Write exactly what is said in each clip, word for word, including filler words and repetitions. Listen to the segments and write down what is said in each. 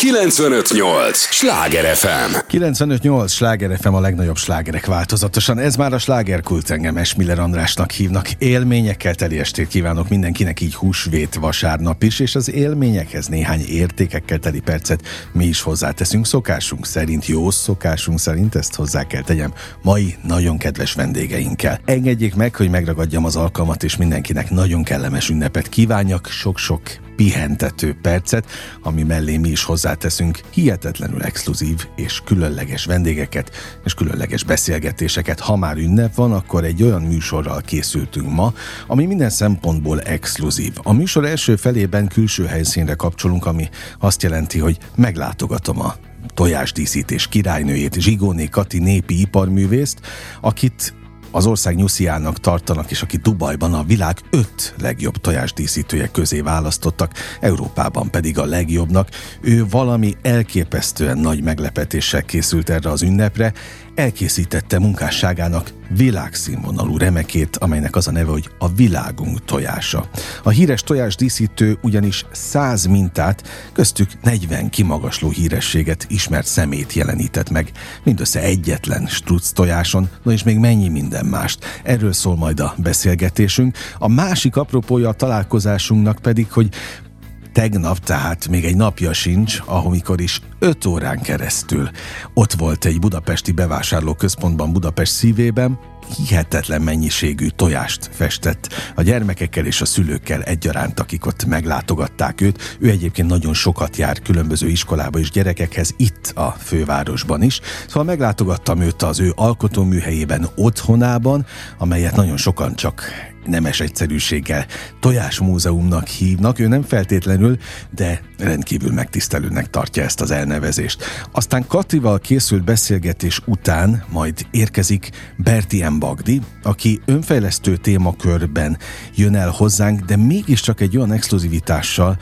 kilencvenöt nyolc Sláger ef em. kilencvenöt nyolc Sláger ef em, a legnagyobb slágerek változatosan. Ez már a slágerkult, engem Esmiller Andrásnak hívnak. Élményekkel teli estét kívánok mindenkinek, így húsvét vasárnap is, és az élményekhez néhány értékekkel teli percet mi is hozzáteszünk. Szokásunk szerint, jó szokásunk szerint, ezt hozzá kell tegyem, mai nagyon kedves vendégeinkkel. Engedjék meg, hogy megragadjam az alkalmat, és mindenkinek nagyon kellemes ünnepet kívánjak, sok-sok pihentető percet, ami mellé mi is hozzáteszünk hihetetlenül exkluzív és különleges vendégeket és különleges beszélgetéseket. Ha már ünnep van, akkor egy olyan műsorral készültünk ma, ami minden szempontból exkluzív. A műsor első felében külső helyszínre kapcsolunk, ami azt jelenti, hogy meglátogatom a tojásdíszítés királynőjét, Zsigóné Kati népi iparművészt, akit az ország nyusziának tartanak, és aki Dubajban a világ öt legjobb tojásdíszítője közé választottak, Európában pedig a legjobbnak. Ő valami elképesztően nagy meglepetéssel készült erre az ünnepre, elkészítette munkásságának világszínvonalú remekét, amelynek az a neve, hogy a világunk tojása. A híres tojásdíszítő ugyanis száz mintát, köztük negyven kimagasló hírességet, ismert szemét jelenített meg, mindössze egyetlen struc tojáson, no és még mennyi minden mást. Erről szól majd a beszélgetésünk. A másik apropója a találkozásunknak pedig, hogy tegnap, tehát még egy napja sincs, amikor is öt órán keresztül ott volt egy budapesti bevásárlóközpontban, Budapest szívében, hihetetlen mennyiségű tojást festett a gyermekekkel és a szülőkkel egyaránt, akik ott meglátogatták őt. Ő egyébként nagyon sokat jár különböző iskolába és gyerekekhez, itt a fővárosban is. Szóval meglátogattam őt az ő alkotóműhelyében, otthonában, amelyet nagyon sokan csak nemes egyszerűséggel tojásmúzeumnak hívnak. Ő nem feltétlenül, de rendkívül megtisztelőnek tartja ezt az elnevezést. Aztán Katival készült beszélgetés után majd érkezik Berti M. Bagdi, aki önfejlesztő témakörben jön el hozzánk, de mégiscsak egy olyan exkluzivitással,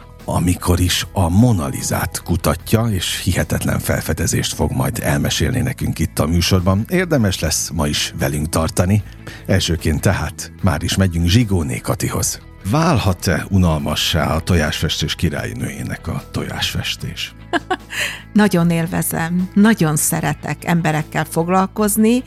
amikor is a Mona Lisát kutatja, és hihetetlen felfedezést fog majd elmesélni nekünk itt a műsorban. Érdemes lesz ma is velünk tartani. Elsőként tehát már is megyünk Zsigóné Katihoz. Válhat-e unalmassá a tojásfestés királynőjének a tojásfestés? Nagyon élvezem, nagyon szeretek emberekkel foglalkozni,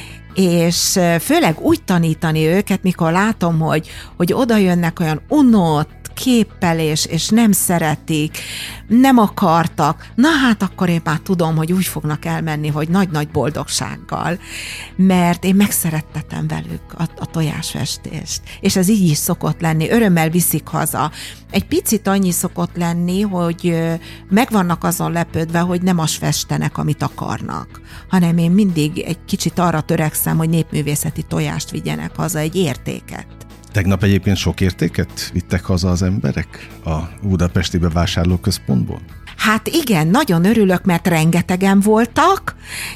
és főleg úgy tanítani őket, mikor látom, hogy, hogy oda jönnek olyan unott képpel, és, és nem szeretik, nem akartak, na hát akkor én már tudom, hogy úgy fognak elmenni, hogy nagy-nagy boldogsággal, mert én megszerettetem velük a, a tojásfestést, és ez így is szokott lenni, örömmel viszik haza. Egy picit annyi szokott lenni, hogy meg vannak azon lepődve, hogy nem azt festenek, amit akarnak, hanem én mindig egy kicsit arra törekszem, hogy népművészeti tojást vigyenek haza, egy értéket. Tegnap egyébként sok értéket vittek haza az emberek a budapesti bevásárlóközpontból? Hát igen, nagyon örülök, mert rengetegen voltak,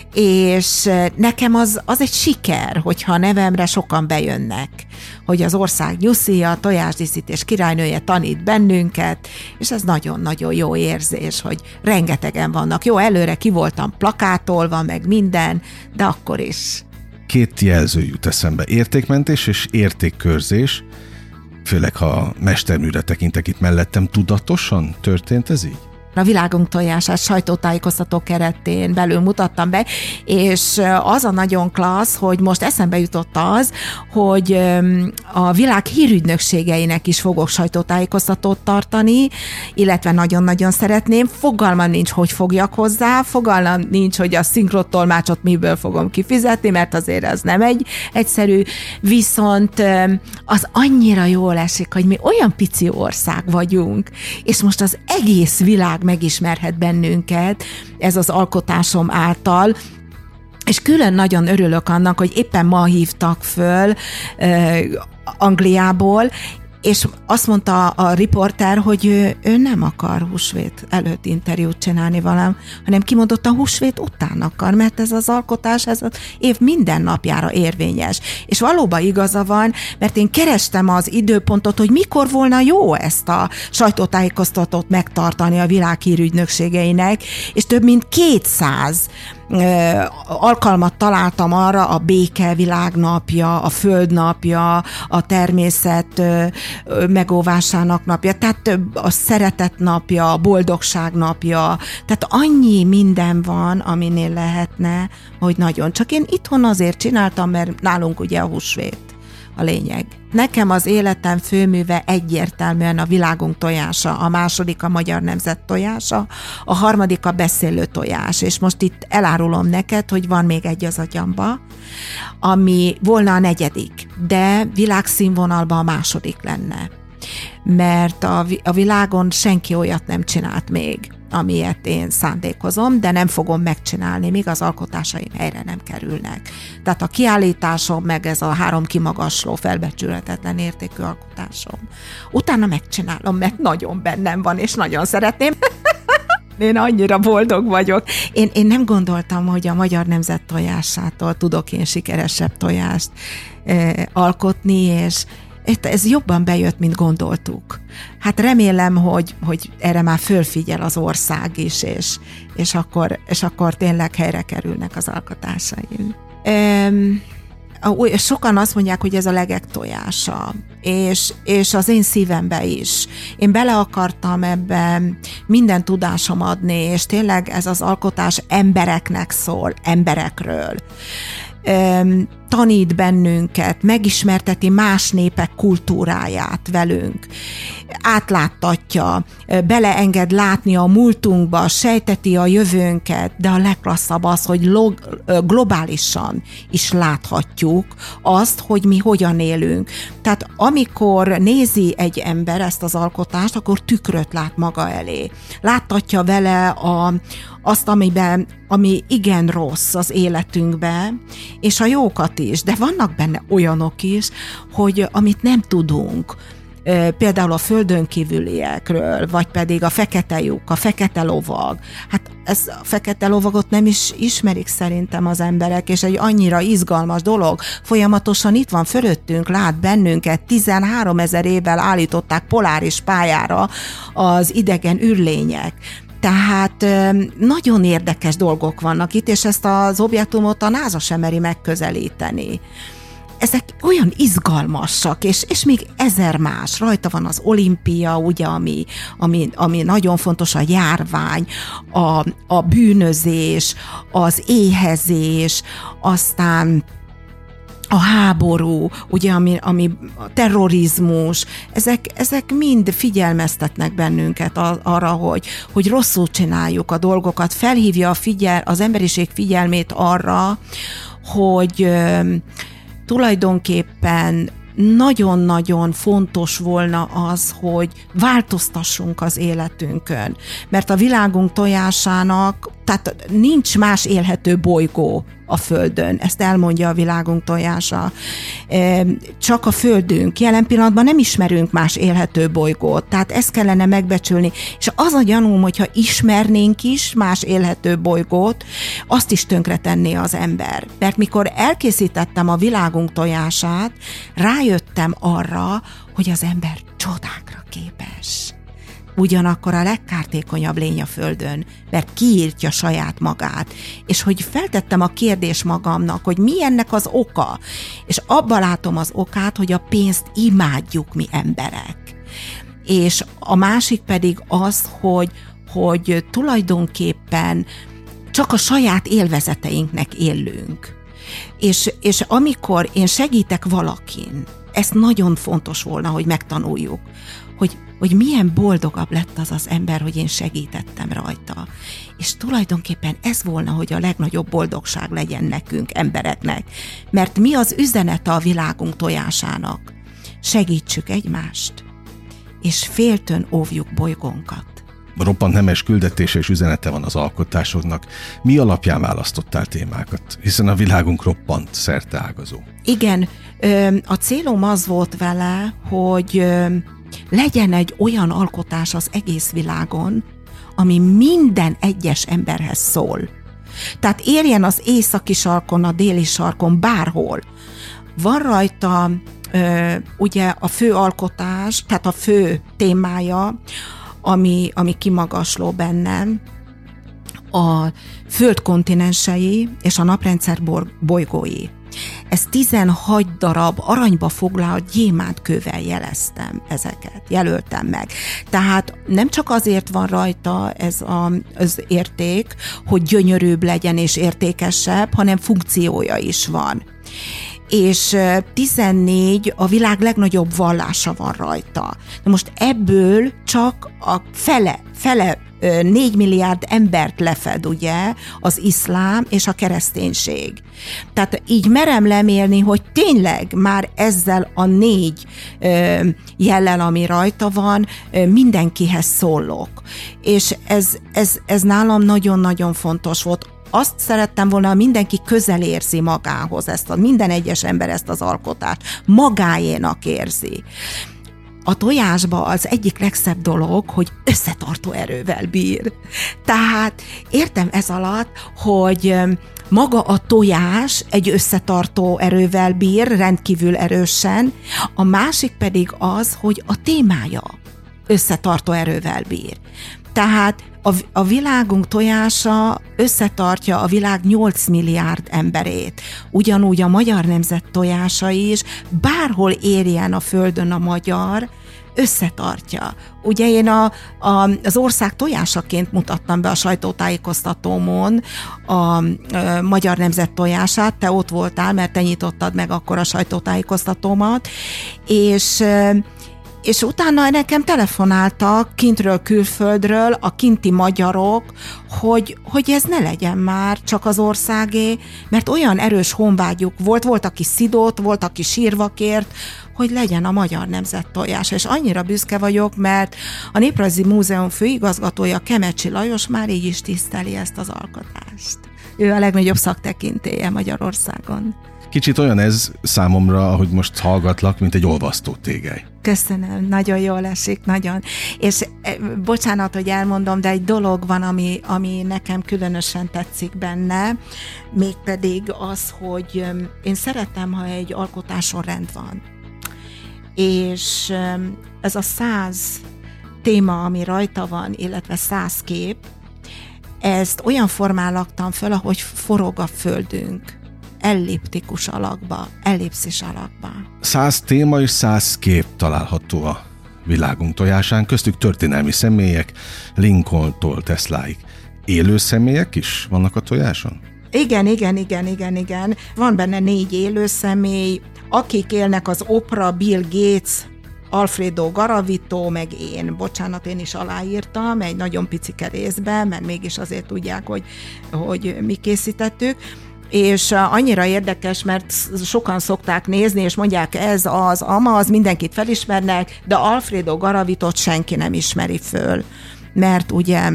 és nekem az, az egy siker, hogyha a nevemre sokan bejönnek, hogy az ország nyuszia, a tojásdíszítés királynője tanít bennünket, és ez nagyon-nagyon jó érzés, hogy rengetegen vannak. Jó, előre ki voltam plakátolva, meg minden, de akkor is. Két jelző jut eszembe, értékmentés és értékkörzés, főleg ha a mesterműre tekintek itt mellettem, tudatosan történt ez így? A világunk tojását sajtótájékoztató keretén belül mutattam be, és az a nagyon klassz, hogy most eszembe jutott az, hogy a világ hírügynökségeinek is fogok sajtótájékoztatót tartani, illetve nagyon-nagyon szeretném. Fogalmam nincs, hogy fogjak hozzá, fogalmam nincs, hogy a szinkrotolmácsot miből fogom kifizetni, mert azért ez nem egy egyszerű, viszont az annyira jól esik, hogy mi olyan pici ország vagyunk, és most az egész világ megismerhet bennünket, ez az alkotásom által, és külön nagyon örülök annak, hogy éppen ma hívtak föl uh, Angliából, és azt mondta a riporter, hogy ő, ő nem akar húsvét előtt interjút csinálni velem, hanem kimondottan húsvét után akar, mert ez az alkotás, ez az év minden napjára érvényes. És valóban igaza van, mert én kerestem az időpontot, hogy mikor volna jó ezt a sajtótájékoztatót megtartani a világhírügynökségeinek, és több mint kétszáz alkalmat találtam arra, a béke világnapja, a föld napja, a természet megóvásának napja, tehát a szeretet napja, a boldogság napja, tehát annyi minden van, aminél lehetne, hogy nagyon. Csak én itthon azért csináltam, mert nálunk ugye a húsvét a lényeg. Nekem az életem főműve egyértelműen a világunk tojása, a második a magyar nemzet tojása, a harmadik a beszélő tojás, és most itt elárulom neked, hogy van még egy az agyamba, ami volna a negyedik, de világszínvonalban a második lenne. Mert a, a világon senki olyat nem csinált még, amilyet én szándékozom, de nem fogom megcsinálni, míg az alkotásaim helyre nem kerülnek. Tehát a kiállításom, meg ez a három kimagasló, felbecsülhetetlen értékű alkotásom. Utána megcsinálom, mert nagyon bennem van, és nagyon szeretném. Én annyira boldog vagyok. Én, én nem gondoltam, hogy a magyar nemzet tojásától tudok én sikeresebb tojást eh, alkotni, és ez jobban bejött, mint gondoltuk. Hát remélem, hogy, hogy erre már fölfigyel az ország is, és, és, akkor, és akkor tényleg helyre kerülnek az alkotásaim. Um, sokan azt mondják, hogy ez a legek tojása, és, és az én szívembe is. Én bele akartam ebben minden tudásom adni, és tényleg ez az alkotás embereknek szól, emberekről. Um, tanít bennünket, megismerteti más népek kultúráját velünk, átláttatja, beleenged látni a múltunkba, sejteti a jövőnket, de a legklasszabb az, hogy log, globálisan is láthatjuk azt, hogy mi hogyan élünk. Tehát amikor nézi egy ember ezt az alkotást, akkor tükröt lát maga elé. Láttatja vele a, azt, amiben, ami igen rossz az életünkben, és a jókat is, de vannak benne olyanok is, hogy amit nem tudunk, például a földön kívüliekről, vagy pedig a fekete lyuk, a fekete lovag. Hát ez a fekete lovagot nem is ismerik szerintem az emberek, és egy annyira izgalmas dolog. Folyamatosan itt van fölöttünk, lát bennünket, tizenháromezer évvel állították poláris pályára az idegen űrlények. Tehát nagyon érdekes dolgok vannak itt, és ezt az objektumot a NASA sem meri megközelíteni. Ezek olyan izgalmasak, és, és még ezer más. Rajta van az olimpia, ugye, ami, ami, ami nagyon fontos, a járvány, a, a bűnözés, az éhezés, aztán a háború, ugye, ami, ami a terrorizmus, ezek, ezek mind figyelmeztetnek bennünket arra, hogy, hogy rosszul csináljuk a dolgokat, felhívja a figyel, az emberiség figyelmét arra, hogy tulajdonképpen nagyon-nagyon fontos volna az, hogy változtassunk az életünkön. Mert a világunk tojásának, tehát nincs más élhető bolygó a Földön, ezt elmondja a világunk tojása. Csak a Földünk. Jelen pillanatban nem ismerünk más élhető bolygót, tehát ezt kellene megbecsülni. És az a gyanúm, hogyha ismernénk is más élhető bolygót, azt is tönkretenné az ember. Mert mikor elkészítettem a világunk tojását, rájöttem arra, hogy az ember csodákra képes. Ugyanakkor a legkártékonyabb lény a Földön, mert kiírtja saját magát. És hogy feltettem a kérdést magamnak, hogy mi ennek az oka, és abban látom az okát, hogy a pénzt imádjuk mi emberek. És a másik pedig az, hogy, hogy tulajdonképpen csak a saját élvezeteinknek élünk. És, és amikor én segítek valakin, ezt nagyon fontos volna, hogy megtanuljuk, hogy hogy milyen boldogabb lett az az ember, hogy én segítettem rajta. És tulajdonképpen ez volna, hogy a legnagyobb boldogság legyen nekünk, embereknek. Mert mi az üzenete a világunk tojásának? Segítsük egymást, és féltőn óvjuk bolygónkat. Roppant nemes küldetése és üzenete van az alkotásodnak. Mi alapján választottál témákat? Hiszen a világunk roppant szerteágazó. Igen, a célom az volt vele, hogy legyen egy olyan alkotás az egész világon, ami minden egyes emberhez szól. Tehát érjen az északi sarkon, a déli sarkon, bárhol. Van rajta ugye a fő alkotás, tehát a fő témája, ami, ami kimagasló bennem, a Föld kontinensei és a naprendszer bolygói. Ez tizenhat darab aranyba foglalt gyémántkővel jeleztem ezeket, jelöltem meg. Tehát nem csak azért van rajta ez a, az érték, hogy gyönyörűbb legyen és értékesebb, hanem funkciója is van. És tizennégy a világ legnagyobb vallása van rajta. Na most ebből csak a fele, fele négy milliárd embert lefed, ugye, az iszlám és a kereszténység. Tehát így merem lemélni, hogy tényleg már ezzel a négy ö, jellel, ami rajta van, ö, mindenkihez szólok. És ez, ez, ez nálam nagyon-nagyon fontos volt. Azt szerettem volna, mindenki közel érzi magához, ezt a, minden egyes ember ezt az alkotást magáénak érzi. A tojásba az egyik legszebb dolog, hogy összetartó erővel bír. Tehát értem ez alatt, hogy maga a tojás egy összetartó erővel bír, rendkívül erősen, a másik pedig az, hogy a témája összetartó erővel bír. Tehát a, a világunk tojása összetartja a világ nyolc milliárd emberét. Ugyanúgy a magyar nemzet tojása is, bárhol érjen a földön a magyar, összetartja. Ugye én a, a, az ország tojásaként mutattam be a sajtótájékoztatómon a, a magyar nemzet tojását, te ott voltál, mert te nyitottad meg akkor a sajtótájékoztatómat, és és utána nekem telefonáltak kintről, külföldről a kinti magyarok, hogy, hogy ez ne legyen már csak az országé, mert olyan erős honvágyuk volt, volt, aki szidott, volt, aki sírva kért, hogy legyen a magyar nemzet tojása. És annyira büszke vagyok, mert a Néprajzi Múzeum főigazgatója, Kemecsi Lajos már így is tiszteli ezt az alkotást. Ő a legnagyobb szaktekintélye Magyarországon. Kicsit olyan ez számomra, ahogy most hallgatlak, mint egy olvasztó tégely. Köszönöm, nagyon jól esik, nagyon. És bocsánat, hogy elmondom, de egy dolog van, ami, ami nekem különösen tetszik benne, mégpedig az, hogy én szeretem, ha egy alkotáson rend van. És ez a száz téma, ami rajta van, illetve száz kép, ezt olyan formán laktam föl, ahogy forog a földünk. Elliptikus alakba, ellipszis alakba. Száz téma és száz kép található a világunk tojásán, köztük történelmi személyek, Lincolntól Tesláig. Élő személyek is vannak a tojáson? Igen, igen, igen, igen, igen. Van benne négy élő személy, akik élnek: az Oprah, Bill Gates, Alfredo Garavito, meg én. Bocsánat, én is aláírtam egy nagyon picike részben, mert mégis azért tudják, hogy, hogy mi készítettük. És annyira érdekes, mert sokan szokták nézni, és mondják, ez az, ama, az mindenkit felismernek, de Alfredo Garavitot senki nem ismeri föl. Mert ugye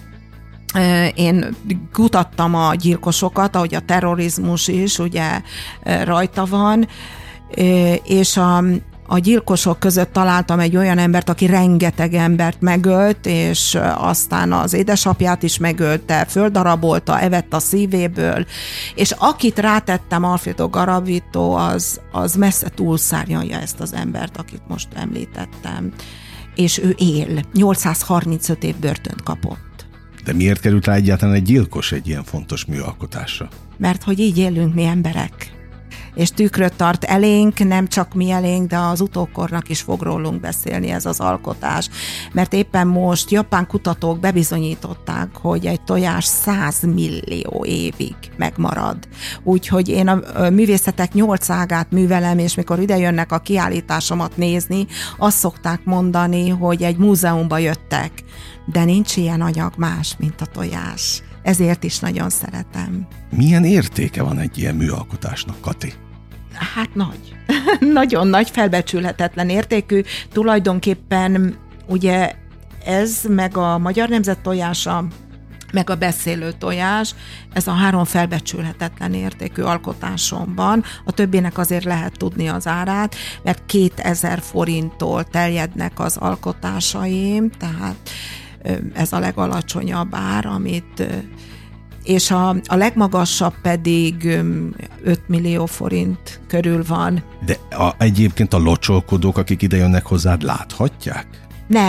én kutattam a gyilkosokat, ahogy a terrorizmus is ugye rajta van, és a A gyilkosok között találtam egy olyan embert, aki rengeteg embert megölt, és aztán az édesapját is megölte, földarabolta, evett a szívéből, és akit rátettem, Alfredo Garavito, az, az messze túlszárnyalja ezt az embert, akit most említettem. És ő él. nyolcszázharmincöt év börtönt kapott. De miért került rá egyáltalán egy gyilkos egy ilyen fontos műalkotásra? Mert hogy így élünk mi emberek. És tükröt tart elénk, nem csak mi elénk, de az utókornak is fog rólunk beszélni ez az alkotás. Mert éppen most japán kutatók bebizonyították, hogy egy tojás száz millió évig megmarad. Úgyhogy én a művészetek nyolc ágát művelem, és mikor ide jönnek a kiállításomat nézni, azt szokták mondani, hogy egy múzeumba jöttek, de nincs ilyen anyag más, mint a tojás. Ezért is nagyon szeretem. Milyen értéke van egy ilyen műalkotásnak, Kati? Hát nagy. Nagyon nagy, felbecsülhetetlen értékű. Tulajdonképpen ugye ez, meg a magyar nemzet tojása, meg a beszélő tojás, ez a három felbecsülhetetlen értékű alkotásomban. A többinek azért lehet tudni az árát, mert kétezer forinttól terjednek az alkotásaim, tehát ez a legalacsonyabb ár, amit, és a, a legmagasabb pedig öt millió forint körül van. De a, egyébként a locsolkodók, akik ide jönnek hozzád, láthatják? Nem,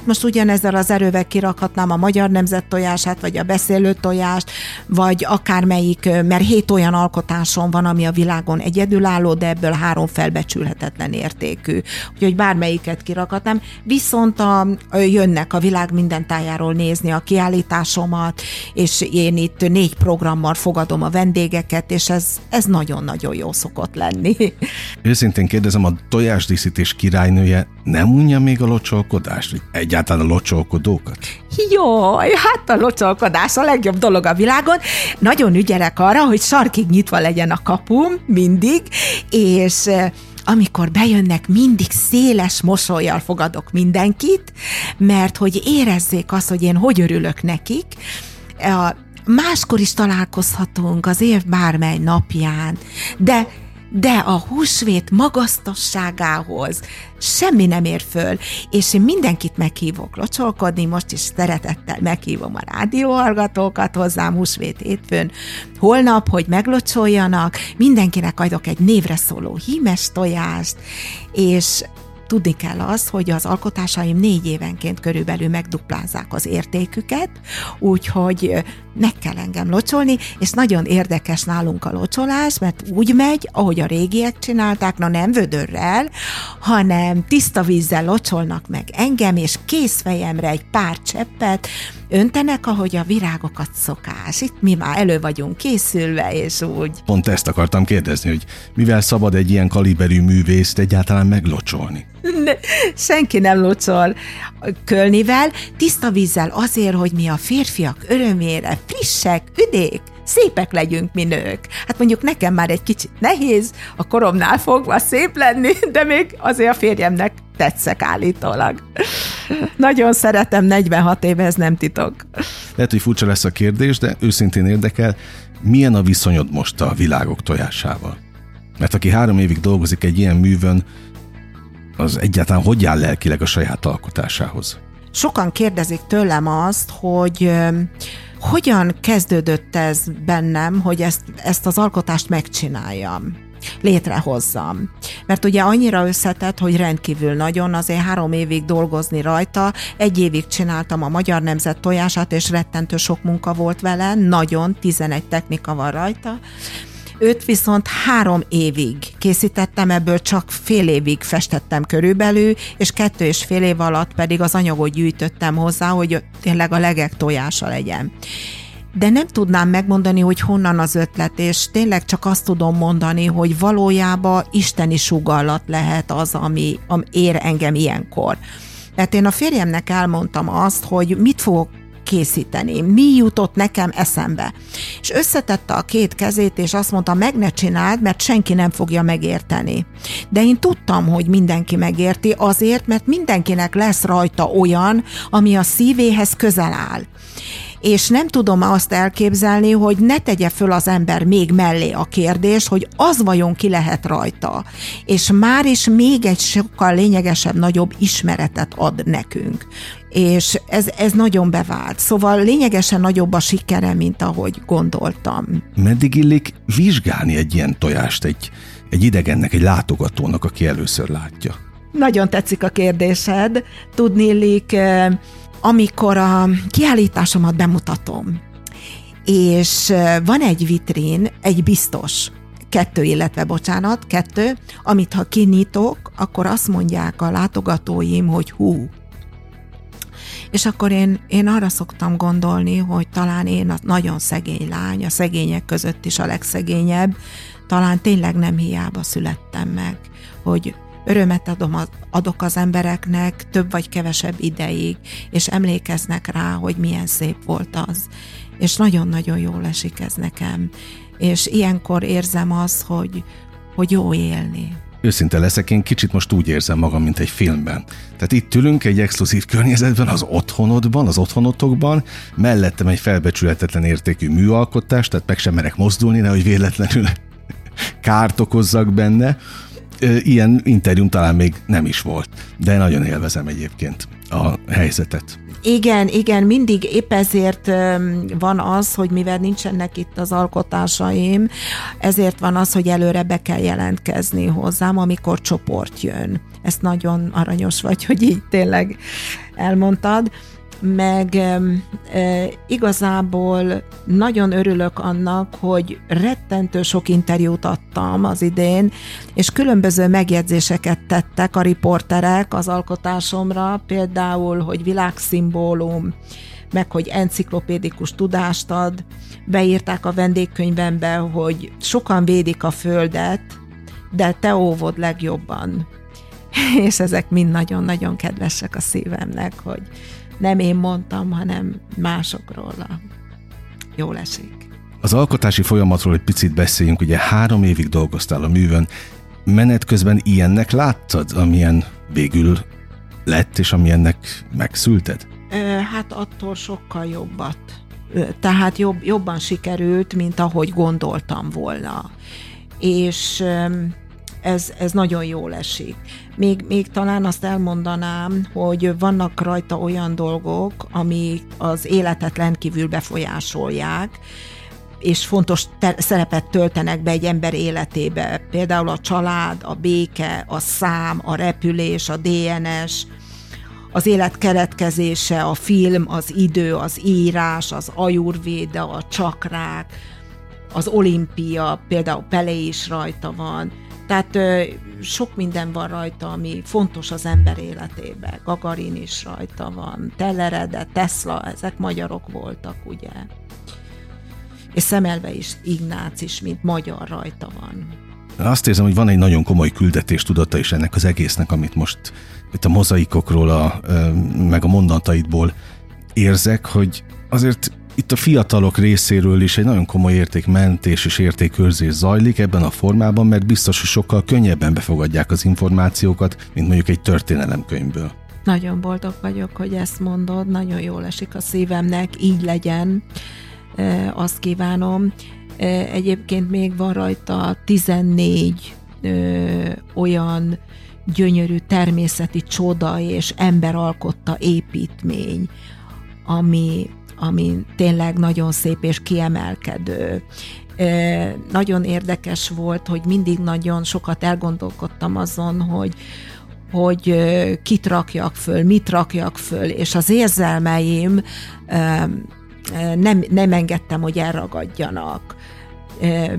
most ugyanezzel az erővel kirakhatnám a Magyar Nemzet tojását, vagy a beszélő tojást, vagy akármelyik, mert hét olyan alkotásom van, ami a világon egyedülálló, de ebből három felbecsülhetetlen értékű. Úgyhogy bármelyiket kirakhatnám. Viszont a, jönnek a világ minden tájáról nézni a kiállításomat, és én itt négy programmal fogadom a vendégeket, és ez, ez nagyon-nagyon jó szokott lenni. Őszintén kérdezem, a tojásdíszítés királynője nem unja még a locsolkodást? Egyáltalán a locsolkodókat? Jaj, hát a locsolkodás a legjobb dolog a világon. Nagyon ügyelek arra, hogy sarkig nyitva legyen a kapum mindig, és amikor bejönnek, mindig széles mosollyal fogadok mindenkit, mert hogy érezzék azt, hogy én hogy örülök nekik. Máskor is találkozhatunk az év bármely napján, de de a húsvét magasztosságához semmi nem ér föl, és én mindenkit meghívok locsolkodni, most is szeretettel meghívom a rádióhallgatókat hozzám húsvét hétfőn, holnap, hogy meglocsoljanak, mindenkinek adok egy névre szóló hímes tojást, és tudni kell az, hogy az alkotásaim négy évenként körülbelül megduplázzák az értéküket, úgyhogy meg kell engem locsolni, és nagyon érdekes nálunk a locsolás, mert úgy megy, ahogy a régiek csinálták, na nem vödörrel, hanem tiszta vízzel locsolnak meg engem, és kézfejemre egy pár cseppet öntenek, ahogy a virágokat szokás. Itt mi már elő vagyunk készülve, és úgy. Pont ezt akartam kérdezni, hogy mivel szabad egy ilyen kaliberű művészt egyáltalán meglocsolni? Ne, senki nem locsol kölnivel, tiszta vízzel azért, hogy mi a férfiak örömére frissek, üdék, szépek legyünk mi nők. Hát mondjuk nekem már egy kicsit nehéz, a koromnál fogva szép lenni, de még azért a férjemnek tetszek állítólag. Nagyon szeretem, negyvenhat éve, ez nem titok. Lehet, hogy furcsa lesz a kérdés, de őszintén érdekel, milyen a viszonyod most a világok tojásával? Mert aki három évig dolgozik egy ilyen művön, az egyáltalán hogy áll lelkileg a saját alkotásához? Sokan kérdezik tőlem azt, hogy ö, hogyan kezdődött ez bennem, hogy ezt, ezt az alkotást megcsináljam, létrehozzam. Mert ugye annyira összetett, hogy rendkívül nagyon, azért három évig dolgozni rajta, egy évig csináltam a Magyar Nemzet tojását, és rettentő sok munka volt vele, nagyon, tizenegy technika van rajta. Őt viszont három évig készítettem, ebből csak fél évig festettem körülbelül, és kettő és fél év alatt pedig az anyagot gyűjtöttem hozzá, hogy tényleg a legek tojása legyen. De nem tudnám megmondani, hogy honnan az ötlet, és tényleg csak azt tudom mondani, hogy valójában isteni sugallat lehet az, ami, ami ér engem ilyenkor. Mert én a férjemnek elmondtam azt, hogy mit fogok készíteni, mi jutott nekem eszembe. És összetette a két kezét, és azt mondta, meg ne csináld, mert senki nem fogja megérteni. De én tudtam, hogy mindenki megérti azért, mert mindenkinek lesz rajta olyan, ami a szívéhez közel áll. És nem tudom azt elképzelni, hogy ne tegye föl az ember még mellé a kérdést, hogy az vajon ki lehet rajta. És már is még egy sokkal lényegesebb, nagyobb ismeretet ad nekünk. És ez, ez nagyon bevált. Szóval lényegesen nagyobb a sikere, mint ahogy gondoltam. Meddig illik vizsgálni egy ilyen tojást egy, egy idegennek, egy látogatónak, aki először látja? Nagyon tetszik a kérdésed. Tudniillik, amikor a kiállításomat bemutatom, és van egy vitrín, egy biztos, kettő, illetve bocsánat, kettő, amit ha kinyitok, akkor azt mondják a látogatóim, hogy hú. És akkor én, én arra szoktam gondolni, hogy talán én a nagyon szegény lány, a szegények között is a legszegényebb, talán tényleg nem hiába születtem meg, hogy örömet adom, adok az embereknek több vagy kevesebb ideig, és emlékeznek rá, hogy milyen szép volt az. És nagyon-nagyon jól esik ez nekem. És ilyenkor érzem azt, hogy, hogy jó élni. Őszinte leszek, én kicsit most úgy érzem magam, mint egy filmben. Tehát itt ülünk egy exkluzív környezetben, az otthonodban, az otthonotokban, mellettem egy felbecsülhetetlen értékű műalkotás, tehát meg sem merek mozdulni, nehogy véletlenül kárt okozzak benne. Ilyen interjúm talán még nem is volt, de nagyon élvezem egyébként a helyzetet. Igen, igen, mindig épp ezért van az, hogy mivel nincsenek itt az alkotásaim, ezért van az, hogy előre be kell jelentkezni hozzám, amikor csoport jön. Ezt nagyon aranyos vagy, hogy így tényleg elmondtad. Meg e, igazából nagyon örülök annak, hogy rettentő sok interjút adtam az idén, és különböző megjegyzéseket tettek a riporterek az alkotásomra, például, hogy világszimbólum, meg hogy enciklopédikus tudást ad. Beírták a vendégkönyvembe, hogy sokan védik a földet, de te óvod legjobban. És ezek mind nagyon-nagyon kedvesek a szívemnek, hogy nem én mondtam, hanem másokról. Jól esik. Az alkotási folyamatról egy picit beszéljünk. Ugye három évig dolgoztál a művön. Menet közben ilyennek láttad, amilyen végül lett, és amilyennek megszülted? Hát attól sokkal jobbat. Tehát jobb, jobban sikerült, mint ahogy gondoltam volna. És Ez, ez nagyon jól esik. Még, még talán azt elmondanám, hogy vannak rajta olyan dolgok, amik az életet rendkívül befolyásolják, és fontos te- szerepet töltenek be egy ember életébe. Például a család, a béke, a szám, a repülés, a dé en es, az élet keletkezése, a film, az idő, az írás, az ajurvéda, a csakrák, az olimpia, például Pelé is rajta van. Tehát ö, sok minden van rajta, ami fontos az ember életében. Gagarin is rajta van, Tellerede, Tesla, ezek magyarok voltak, ugye. És Szemelve is, Ignác is, mint magyar rajta van. Azt érzem, hogy van egy nagyon komoly küldetéstudata is ennek az egésznek, amit most itt a mozaikokról, a, meg a mondataidból érzek, hogy azért itt a fiatalok részéről is egy nagyon komoly értékmentés és értékőrzés zajlik ebben a formában, mert biztos, hogy sokkal könnyebben befogadják az információkat, mint mondjuk egy történelemkönyvből. Nagyon boldog vagyok, hogy ezt mondod, nagyon jól esik a szívemnek, így legyen, e, azt kívánom. E, egyébként még van rajta tizennégy e, olyan gyönyörű természeti csoda és emberalkotta építmény, ami ami tényleg nagyon szép és kiemelkedő. E, nagyon érdekes volt, hogy mindig nagyon sokat elgondolkodtam azon, hogy, hogy kit rakjak föl, mit rakjak föl, és az érzelmeim e, nem, nem engedtem, hogy elragadjanak. E,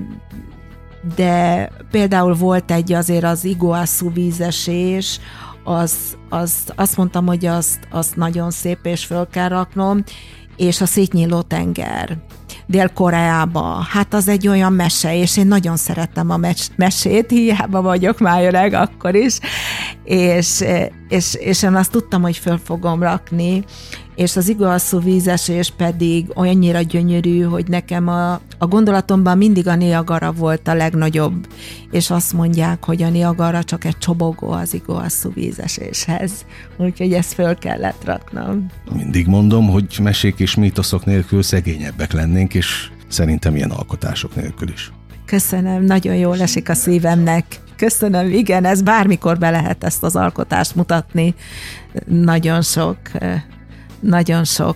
de például volt egy azért az Iguazu vízesés, az, az, azt mondtam, hogy azt, azt nagyon szép és föl kell raknom, és a szétnyíló tenger Dél-Koreába, hát az egy olyan mese, és én nagyon szerettem a mes- mesét, hiába vagyok már öreg akkor is, és, és, és én azt tudtam, hogy föl fogom rakni, és az Iguazu vízesés pedig olyannyira gyönyörű, hogy nekem a, a gondolatomban mindig a Niagara volt a legnagyobb, és azt mondják, hogy a Niagara csak egy csobogó az Iguazu vízeséshez, úgyhogy ezt föl kellett raknom. Mindig mondom, hogy mesék és mítoszok nélkül szegényebbek lennénk, és szerintem ilyen alkotások nélkül is. Köszönöm, nagyon jól esik a szívemnek. Köszönöm, igen, ez bármikor be lehet ezt az alkotást mutatni. Nagyon sok, nagyon sok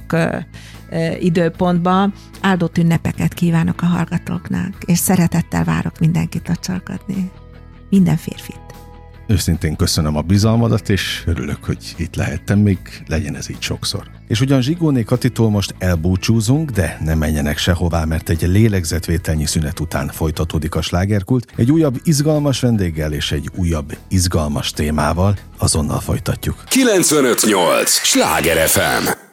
időpontban. Áldott ünnepeket kívánok a hallgatóknak, és szeretettel várok mindenkit locsolkodni. Minden férfit. Őszintén köszönöm a bizalmadat, és örülök, hogy itt lehettem, még legyen ez így sokszor. És ugyan Zsigóné Katitól most elbúcsúzunk, de ne menjenek sehová, mert egy lélegzetvételnyi szünet után folytatódik a slágerkult. Egy újabb izgalmas vendéggel és egy újabb izgalmas témával azonnal folytatjuk. kilencvenöt nyolc Sláger ef em